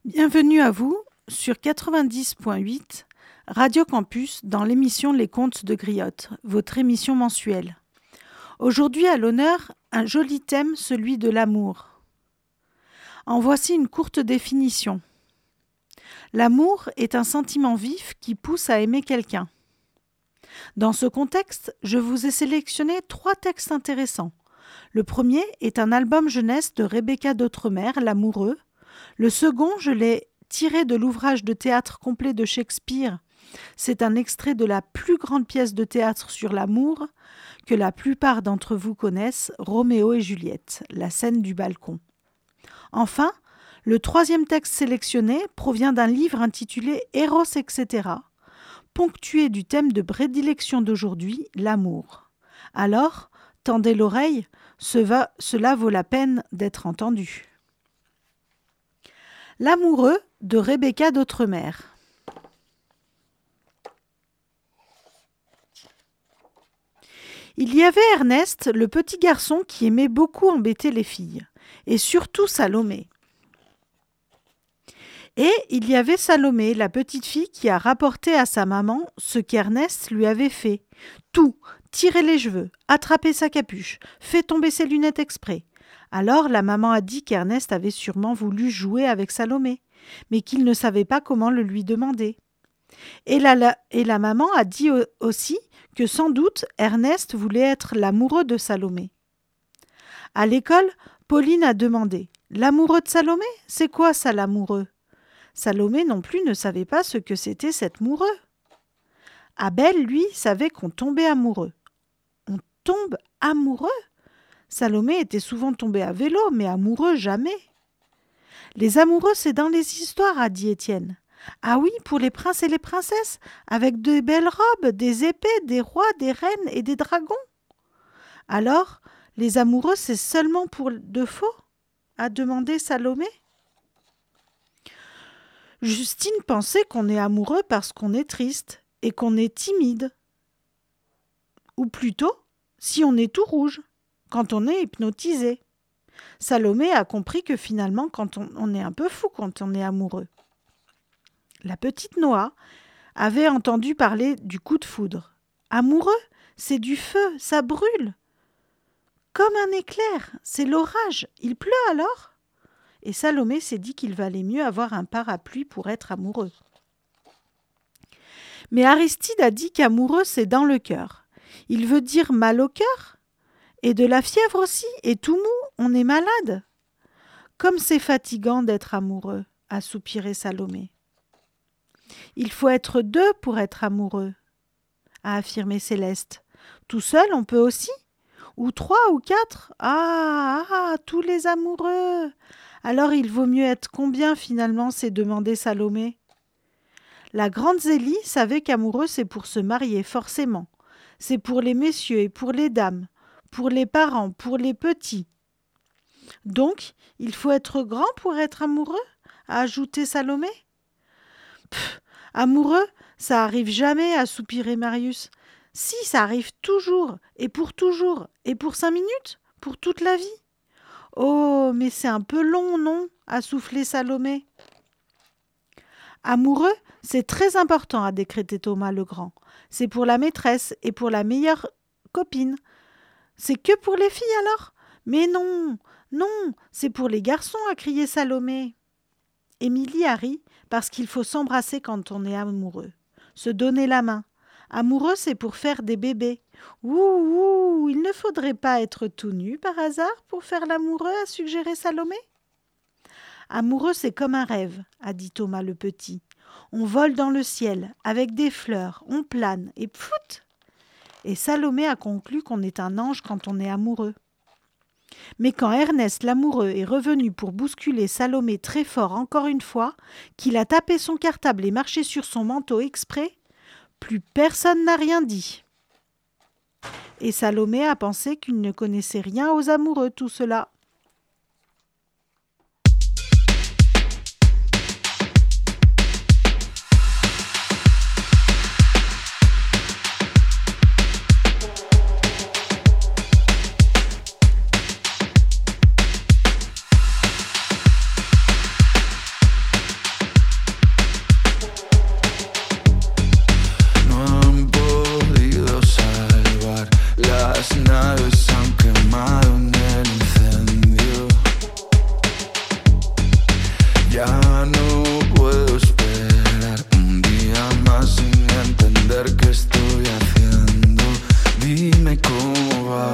Bienvenue à vous sur 90.8 Radio Campus dans l'émission Les Contes de Griotte, votre émission mensuelle. Aujourd'hui à l'honneur, un joli thème, celui de l'amour. En voici une courte définition. L'amour est un sentiment vif qui pousse à aimer quelqu'un. Dans ce contexte, je vous ai sélectionné 3 textes intéressants. Le premier est un album jeunesse de Rebecca d'Outremer, L'amoureux. Le second, je l'ai tiré de l'ouvrage de théâtre complet de Shakespeare. C'est un extrait de la plus grande pièce de théâtre sur l'amour que la plupart d'entre vous connaissent, Roméo et Juliette, la scène du balcon. Enfin, le troisième texte sélectionné provient d'un livre intitulé Eros, etc., ponctué du thème de prédilection d'aujourd'hui, l'amour. Alors, tendez l'oreille, cela vaut la peine d'être entendu. L'amoureux de Rebecca d'Outremer. Il y avait Ernest, le petit garçon qui aimait beaucoup embêter les filles, et surtout Salomé. Et il y avait Salomé, la petite fille qui a rapporté à sa maman ce qu'Ernest lui avait fait. Tout, tirer les cheveux, attraper sa capuche, fait tomber ses lunettes exprès. Alors la maman a dit qu'Ernest avait sûrement voulu jouer avec Salomé, mais qu'il ne savait pas comment le lui demander. Et la maman a dit aussi que sans doute Ernest voulait être l'amoureux de Salomé. À l'école, Pauline a demandé « L'amoureux de Salomé, c'est quoi ça l'amoureux ?» Salomé non plus ne savait pas ce que c'était cet amoureux. Abel, lui, savait qu'on tombait amoureux. On tombe amoureux ? Salomé était souvent tombé à vélo, mais amoureux jamais. Les amoureux, c'est dans les histoires, a dit Étienne. Ah oui, pour les princes et les princesses, avec de belles robes, des épées, des rois, des reines et des dragons. Alors, les amoureux, c'est seulement pour de faux ? A demandé Salomé. Justine pensait qu'on est amoureux parce qu'on est triste et qu'on est timide. Ou plutôt, si on est tout rouge, quand on est hypnotisé. Salomé a compris que finalement, quand on est un peu fou quand on est amoureux. La petite Noah avait entendu parler du coup de foudre. Amoureux, c'est du feu, ça brûle. Comme un éclair, c'est l'orage. Il pleut alors ? Et Salomé s'est dit qu'il valait mieux avoir un parapluie pour être amoureux. Mais Aristide a dit qu'amoureux, c'est dans le cœur. Il veut dire mal au cœur ? Et de la fièvre aussi, et tout mou, on est malade. Comme c'est fatigant d'être amoureux, a soupiré Salomé. Il faut être 2 pour être amoureux, a affirmé Céleste. Tout seul, on peut aussi ? Ou 3 ou 4 ? Tous les amoureux. Alors il vaut mieux être combien finalement, s'est demandé Salomé. La grande Zélie savait qu'amoureux, c'est pour se marier, forcément. C'est pour les messieurs et pour les dames. Pour les parents, pour les petits. Donc, il faut être grand pour être amoureux, a ajouté Salomé. Amoureux, ça arrive jamais, a soupiré Marius. Si, ça arrive toujours, et pour 5 minutes, pour toute la vie. Oh, mais c'est un peu long, non ? A soufflé Salomé. Amoureux, c'est très important, a décrété Thomas le Grand. C'est pour la maîtresse et pour la meilleure copine. C'est que pour les filles alors ? Mais non, c'est pour les garçons, a crié Salomé. Émilie a ri parce qu'il faut s'embrasser quand on est amoureux. Se donner la main. Amoureux, c'est pour faire des bébés. Ouh, il ne faudrait pas être tout nu par hasard pour faire l'amoureux, a suggéré Salomé. Amoureux, c'est comme un rêve, a dit Thomas le Petit. On vole dans le ciel, avec des fleurs, on plane, et pfout ! Et Salomé a conclu qu'on est un ange quand on est amoureux. Mais quand Ernest l'amoureux est revenu pour bousculer Salomé très fort encore une fois, qu'il a tapé son cartable et marché sur son manteau exprès, plus personne n'a rien dit. Et Salomé a pensé qu'il ne connaissait rien aux amoureux, tout cela. Ya no puedo esperar un día más sin entender qué estoy haciendo. Dime cómo va,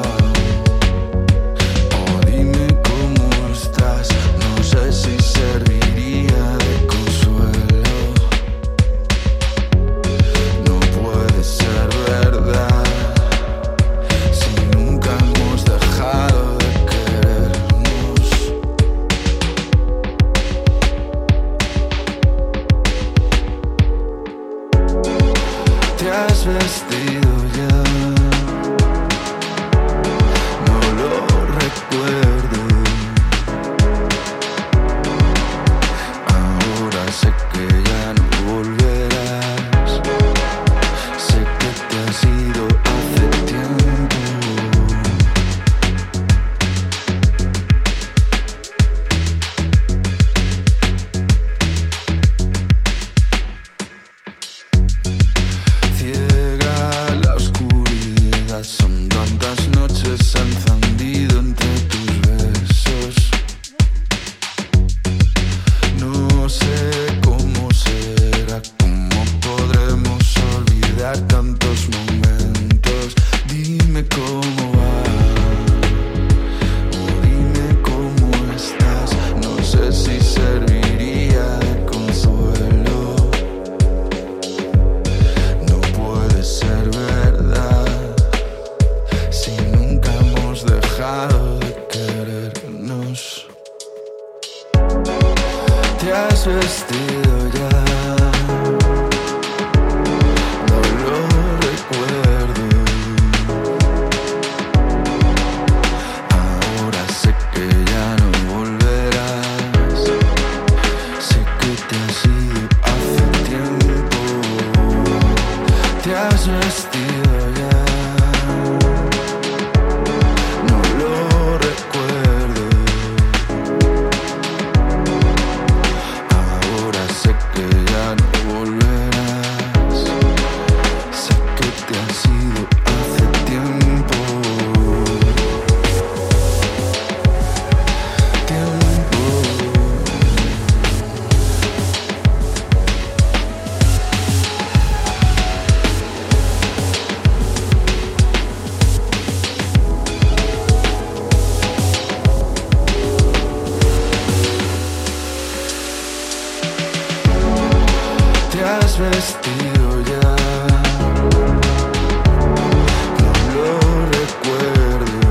o dime cómo estás. No sé si serviría de consuelo. No puede ser verdad si nunca hemos dejado de querernos. Te has vestido ya, no lo recuerdo. Ahora sé que ya no volverás. Sé que te has ido hace tiempo. Ciega la oscuridad, son tantas noches encendido entre tus besos. No sé cómo será, cómo podremos olvidar tantos momentos. Dime cómo va, o dime cómo estás. No sé si serviría de consuelo. No puede ser verdad si nunca hemos dejado de querernos. Te has vestido ya, no lo recuerdo. Ahora sé que ya no volverás. Sé que te has ido hace tiempo. Te has vestido ya, no lo recuerdo. Ahora sé que ya no volverás. Sé que te has ido hace tiempo. Te has vestido ya, no lo recuerdo.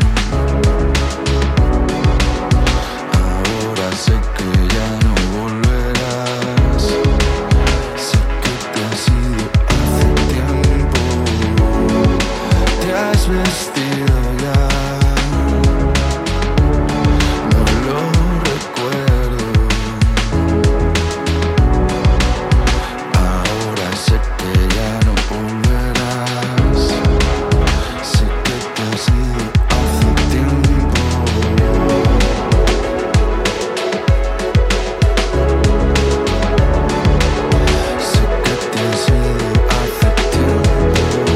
Ahora sé que ya no volverás. Sé que te has ido hace tiempo. Te has vestido ya, no lo recuerdo. Ahora sé que ya no volverás. Sé que te has ido hace tiempo. Sé que te has ido hace tiempo.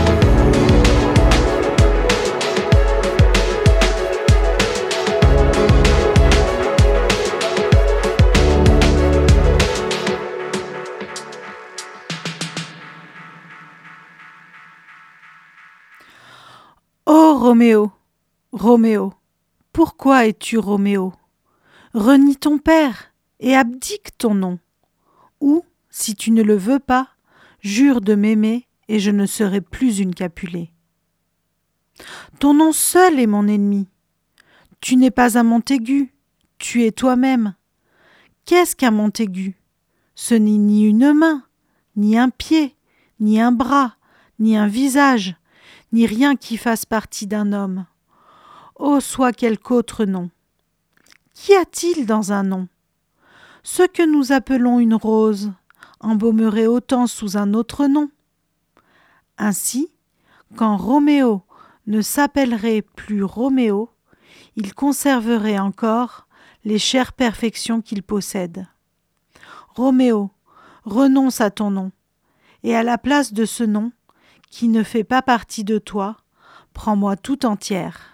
Ô Roméo, Roméo, pourquoi es-tu Roméo? Renie ton père et abdique ton nom. Ou, si tu ne le veux pas, jure de m'aimer et je ne serai plus une Capulet. Ton nom seul est mon ennemi. Tu n'es pas un Montaigu, tu es toi-même. Qu'est-ce qu'un Montaigu? Ce n'est ni une main, ni un pied, ni un bras, ni un visage, ni rien qui fasse partie d'un homme. Oh, soit quelque autre nom. Qu'y a-t-il dans un nom? Ce que nous appelons une rose embaumerait autant sous un autre nom. Ainsi, quand Roméo ne s'appellerait plus Roméo, il conserverait encore les chères perfections qu'il possède. Roméo, renonce à ton nom, et à la place de ce nom, qui ne fait pas partie de toi, prends-moi tout entière.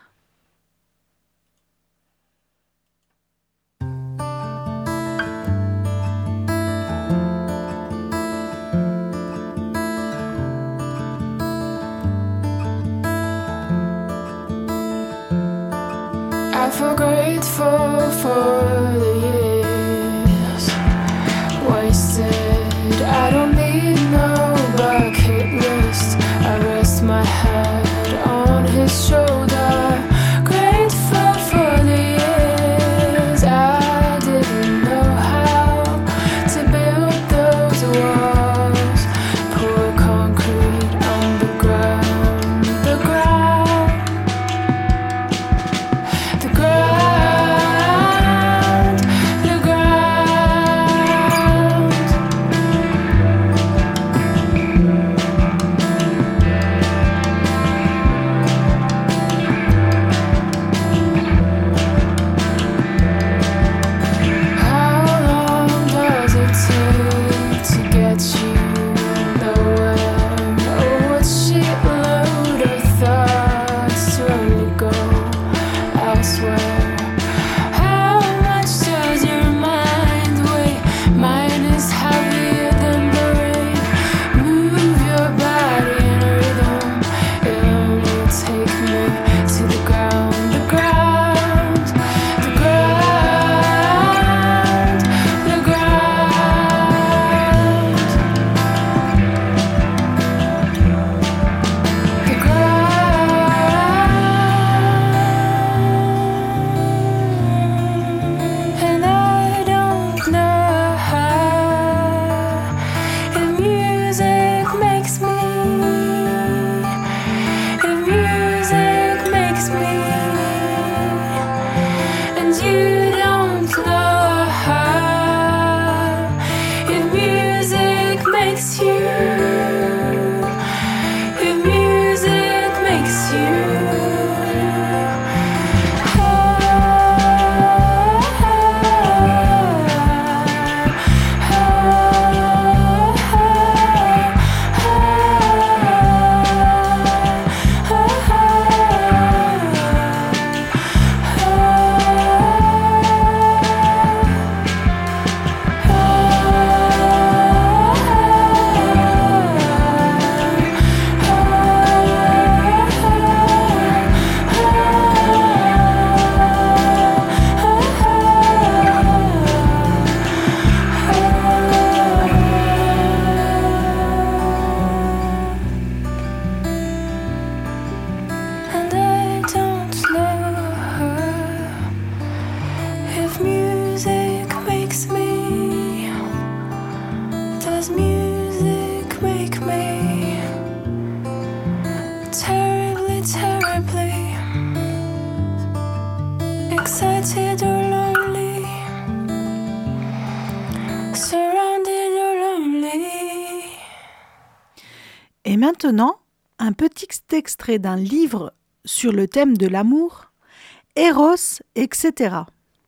surrounded or lonely. Et maintenant, un petit extrait d'un livre sur le thème de l'amour, Eros, etc.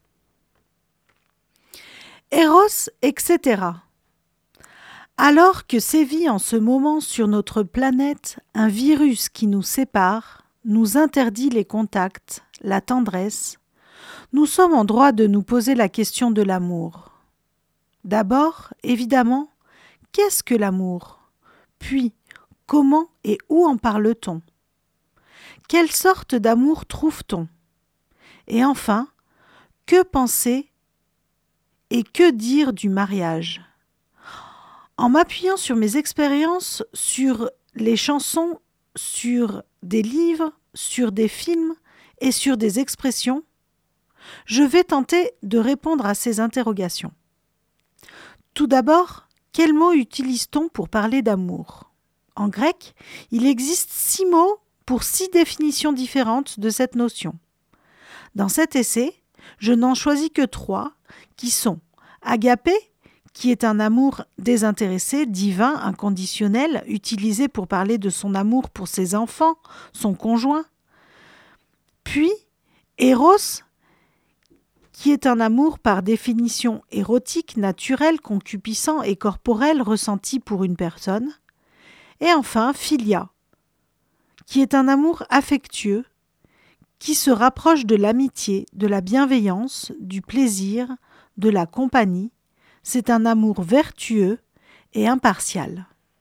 Eros, etc. Alors que sévit en ce moment sur notre planète un virus qui nous sépare, nous interdit les contacts, la tendresse, nous sommes en droit de nous poser la question de l'amour. D'abord, évidemment, qu'est-ce que l'amour ? Puis, comment et où en parle-t-on ? Quelle sorte d'amour trouve-t-on ? Et enfin, que penser et que dire du mariage ? En m'appuyant sur mes expériences, sur les chansons, sur des livres, sur des films et sur des expressions, je vais tenter de répondre à ces interrogations. Tout d'abord, quels mots utilise-t-on pour parler d'amour ? En grec, il existe 6 mots pour 6 définitions différentes de cette notion. Dans cet essai, je n'en choisis que 3, qui sont agapé, qui est un amour désintéressé, divin, inconditionnel, utilisé pour parler de son amour pour ses enfants, son conjoint. Puis, éros, qui est un amour par définition érotique, naturel, concupiscent et corporel ressenti pour une personne. Et enfin, philia, qui est un amour affectueux, qui se rapproche de l'amitié, de la bienveillance, du plaisir, de la compagnie. C'est un amour vertueux et impartial.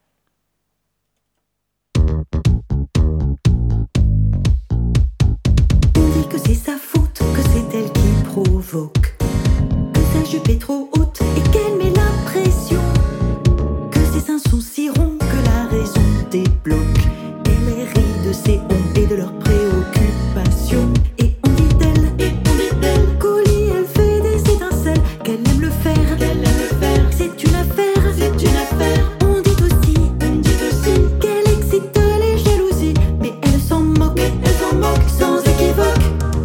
On dit que c'est sa faute, que c'est elle qui provoque, que sa jupe est trop haute et qu'elle met la pression, que ses seins sont si ronds que la raison débloque, et les rides de ses ondes et de leurs préoccupations. Et on dit d'elle, Collie, elle fait des étincelles, qu'elle aime le faire, c'est une affaire, on dit aussi, qu'elle excite les jalousies, mais elle s'en moque, sans équivoque.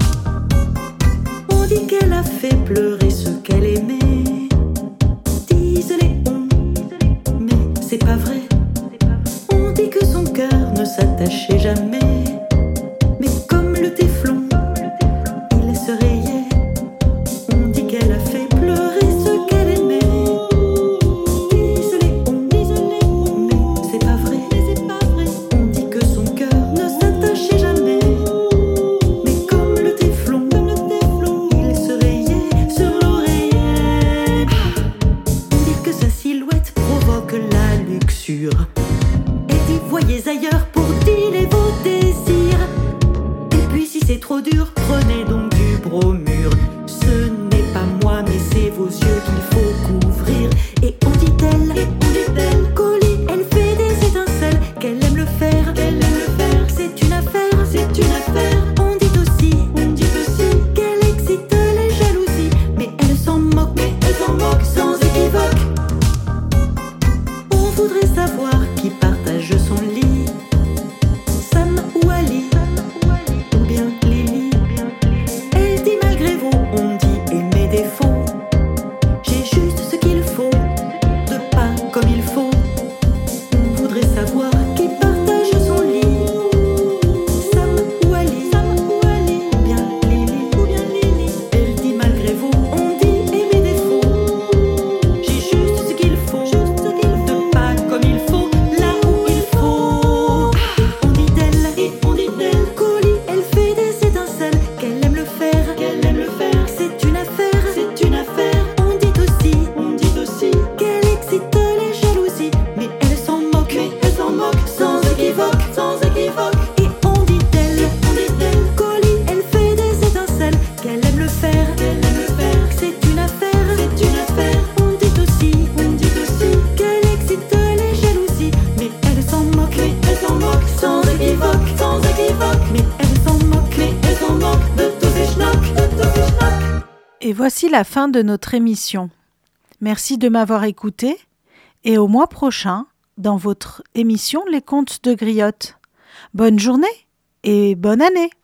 On dit qu'elle a fait pleurer ceux qu'elle aimait, disent les on, mais c'est pas vrai. On dit que son cœur ne s'attachait jamais, mais comme le téflon, il se rayait. On dit qu'elle a fait pleurer ceux qu'elle aimait, disent les on, mais c'est pas vrai. On dit que son cœur ne s'attachait jamais, mais comme le téflon, il se rayait sur l'oreiller. On dit que sa silhouette provoque la luxure, et dit voyez ailleurs pour dîner vos désirs. Et puis si c'est trop dur, prenez donc du bromure. Ce n'est pas moi mais c'est vos yeux qu'il faut couvrir. Et on dit d'elle, Collie, elle fait des étincelles, qu'elle aime le faire, c'est une affaire. On dit aussi, qu'elle excite les jalousies, mais elle s'en moque, sans équivoque. On voudrait savoir qui partage son lit, Sam ou Ali, ou bien Lily. Elle dit malgré vous, on dit aimer des faux. J'ai juste ce qu'il faut, de pas comme il faut. On voudrait savoir qui partage son lit, Sam ou Ali, ou bien Lily. Elle dit malgré vous, on dit aimer des faux. J'ai juste ce qu'il faut, de pas comme il faut, là où il faut. On dit d'elle, Collie, elle fait des étincelles, qu'elle aime le faire, c'est une affaire. On dit aussi, qu'elle excite les jalousies, mais elle s'en moque, sans équivoque. Et on dit d'elle, Collie, elle fait des étincelles, qu'elle aime le faire, c'est une affaire. On dit aussi, qu'elle excite les jalousies, mais elle s'en moque, sans équivoque. Mais elle s'en moque de tous ces schnocks. Et voici la fin de notre émission. Merci de m'avoir écouté et au mois prochain dans votre émission Les Contes de Griotte. Bonne journée et bonne année!